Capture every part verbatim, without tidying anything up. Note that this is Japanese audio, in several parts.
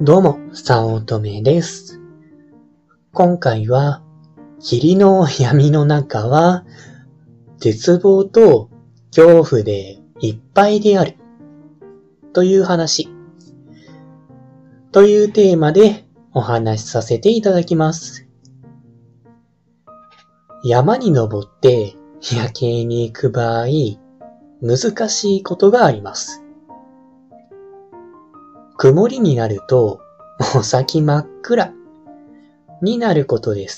どうも、早乙女です。今回は、霧の闇の中は、絶望と恐怖でいっぱいである。という話。というテーマでお話しさせていただきます。山に登って夜景に行く場合、難しいことがあります。曇りになると、お先真っ暗になることです。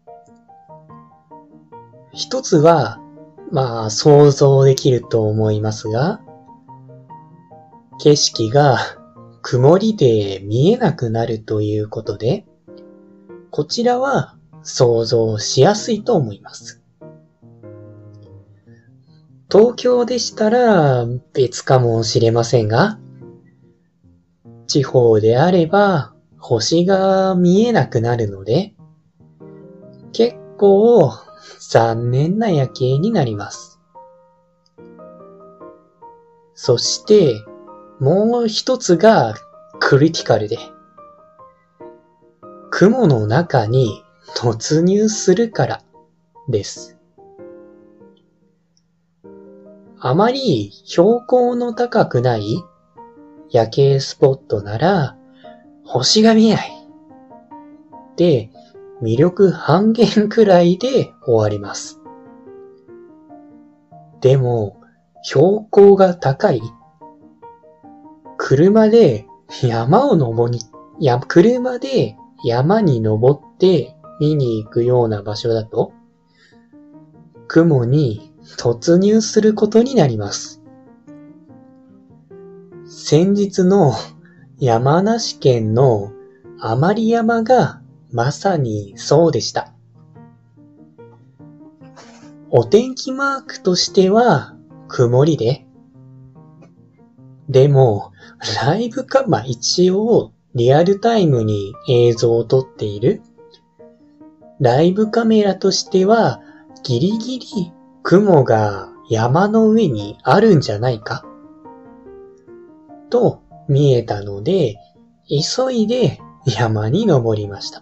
一つは、まあ想像できると思いますが、景色が曇りで見えなくなるということで、こちらは想像しやすいと思います。東京でしたら別かもしれませんが、地方であれば星が見えなくなるので、結構残念な夜景になります。そしてもう一つがクリティカルで、雲の中に突入するからです。あまり標高の高くない夜景スポットなら星が見えないで魅力半減くらいで終わります。でも標高が高い車で山を登り、いや車で山に登って見に行くような場所だと雲に突入することになります。先日の山梨県の甘利山がまさにそうでした。お天気マークとしては曇りで、でもライブか、まあ一応リアルタイムに映像を撮っているライブカメラとしてはギリギリ雲が山の上にあるんじゃないかと見えたので、急いで山に登りました。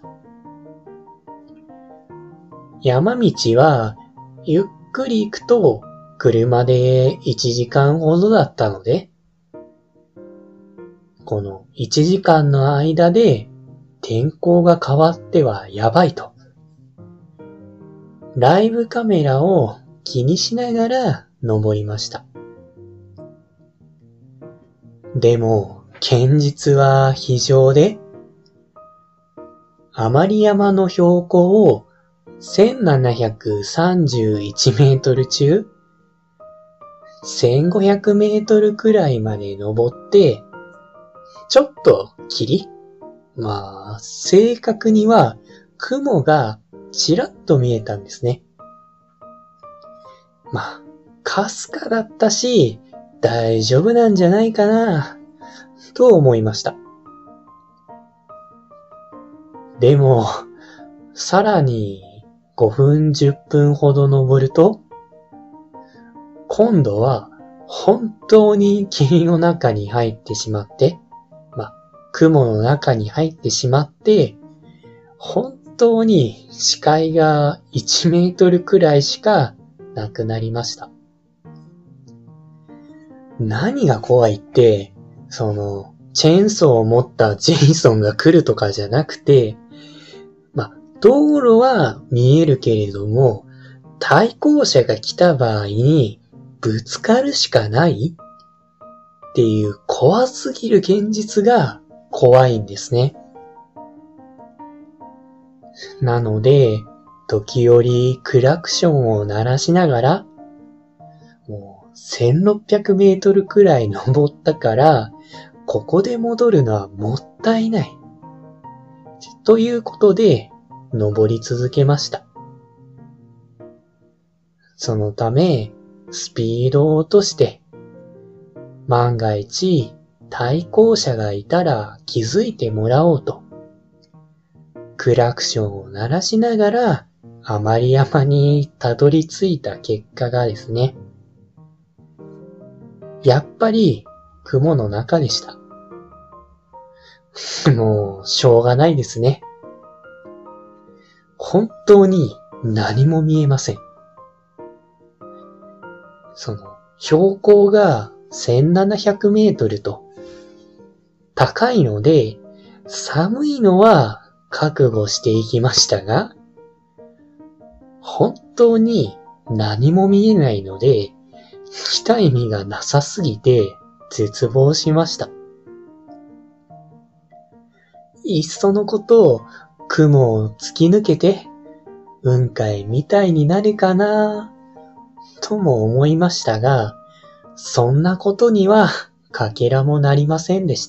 山道はゆっくり行くと車でいちじかんほどだったので、このいちじかんの間で天候が変わってはやばいと。ライブカメラを気にしながら登りました。でも現実は非常で、甘利山の標高をせんななひゃくさんじゅういちメートル中、せんごひゃくメートルくらいまで登って、ちょっと霧？まあ、正確には雲がちらっと見えたんですね。まあ、かすかだったし、大丈夫なんじゃないかな、と思いました。でも、さらにごふんじゅっぷんほど登ると、今度は本当に霧の中に入ってしまって、まあ、雲の中に入ってしまって、本当に視界がいちメートルくらいしかなくなりました。何が怖いって、その、チェーンソーを持ったジェイソンが来るとかじゃなくて、まあ、道路は見えるけれども、対向車が来た場合にぶつかるしかないっていう怖すぎる現実が怖いんですね。なので、時折クラクションを鳴らしながら、もうせんろっぴゃくメートルくらい登ったから、ここで戻るのはもったいない。ということで、登り続けました。そのため、スピードを落として、万が一対向車がいたら気づいてもらおうと、クラクションを鳴らしながら甘利山にたどり着いた結果がですね、やっぱり雲の中でした。 もう、しょうがないですね。本当に何も見えません。その、標高がせんななひゃくメートルと高いので、寒いのは覚悟していきましたが、本当に何も見えないので、来た意味がなさすぎて絶望しました。いっそのこと雲を突き抜けて雲海みたいになるかなとも思いましたが、そんなことにはかけらもなりませんでした。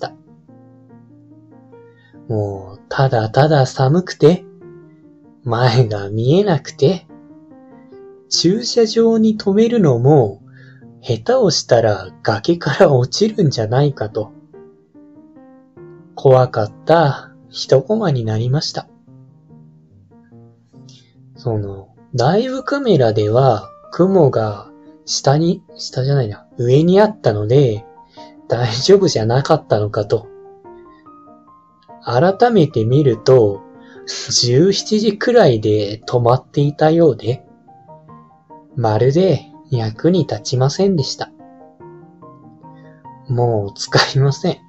もうただただ寒くて、前が見えなくて、駐車場に止めるのも下手をしたら崖から落ちるんじゃないかと、怖かった一コマになりました。その、ライブカメラでは雲が下に、下じゃないな、上にあったので大丈夫じゃなかったのかと。改めて見ると、じゅうしちじくらいで止まっていたようで、まるで役に立ちませんでした。もう使いません。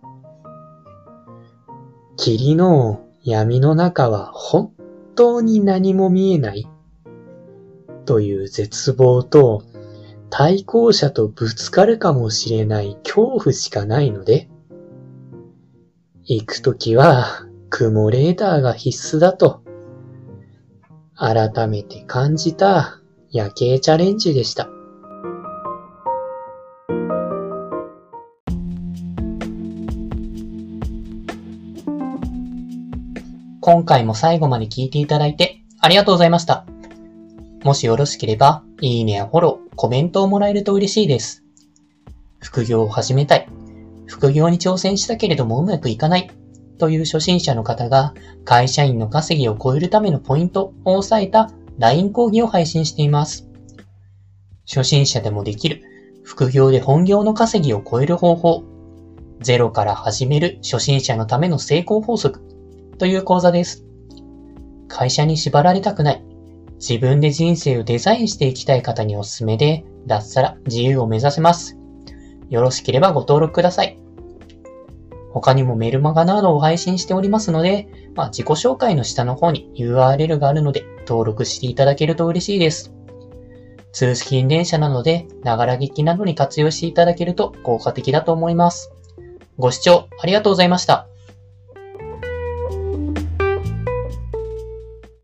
霧の闇の中は本当に何も見えないという絶望と、対向車とぶつかるかもしれない恐怖しかないので、行くときは雲レーダーが必須だと改めて感じた夜景チャレンジでした。今回も最後まで聞いていただいてありがとうございました。もしよろしければいいねやフォロー、コメントをもらえると嬉しいです。副業を始めたい、副業に挑戦したけれどもうまくいかないという初心者の方が会社員の稼ぎを超えるためのポイントを押さえた ライン 講義を配信しています。初心者でもできる副業で本業の稼ぎを超える方法、ゼロから始める初心者のための成功法則という講座です。会社に縛られたくない、自分で人生をデザインしていきたい方におすすめで、脱サラ自由を目指せます。よろしければご登録ください。他にもメルマガなどを配信しておりますので、まあ、自己紹介の下の方に ユーアールエル があるので登録していただけると嬉しいです。通勤電車なので、ながら聞きなどに活用していただけると効果的だと思います。ご視聴ありがとうございました。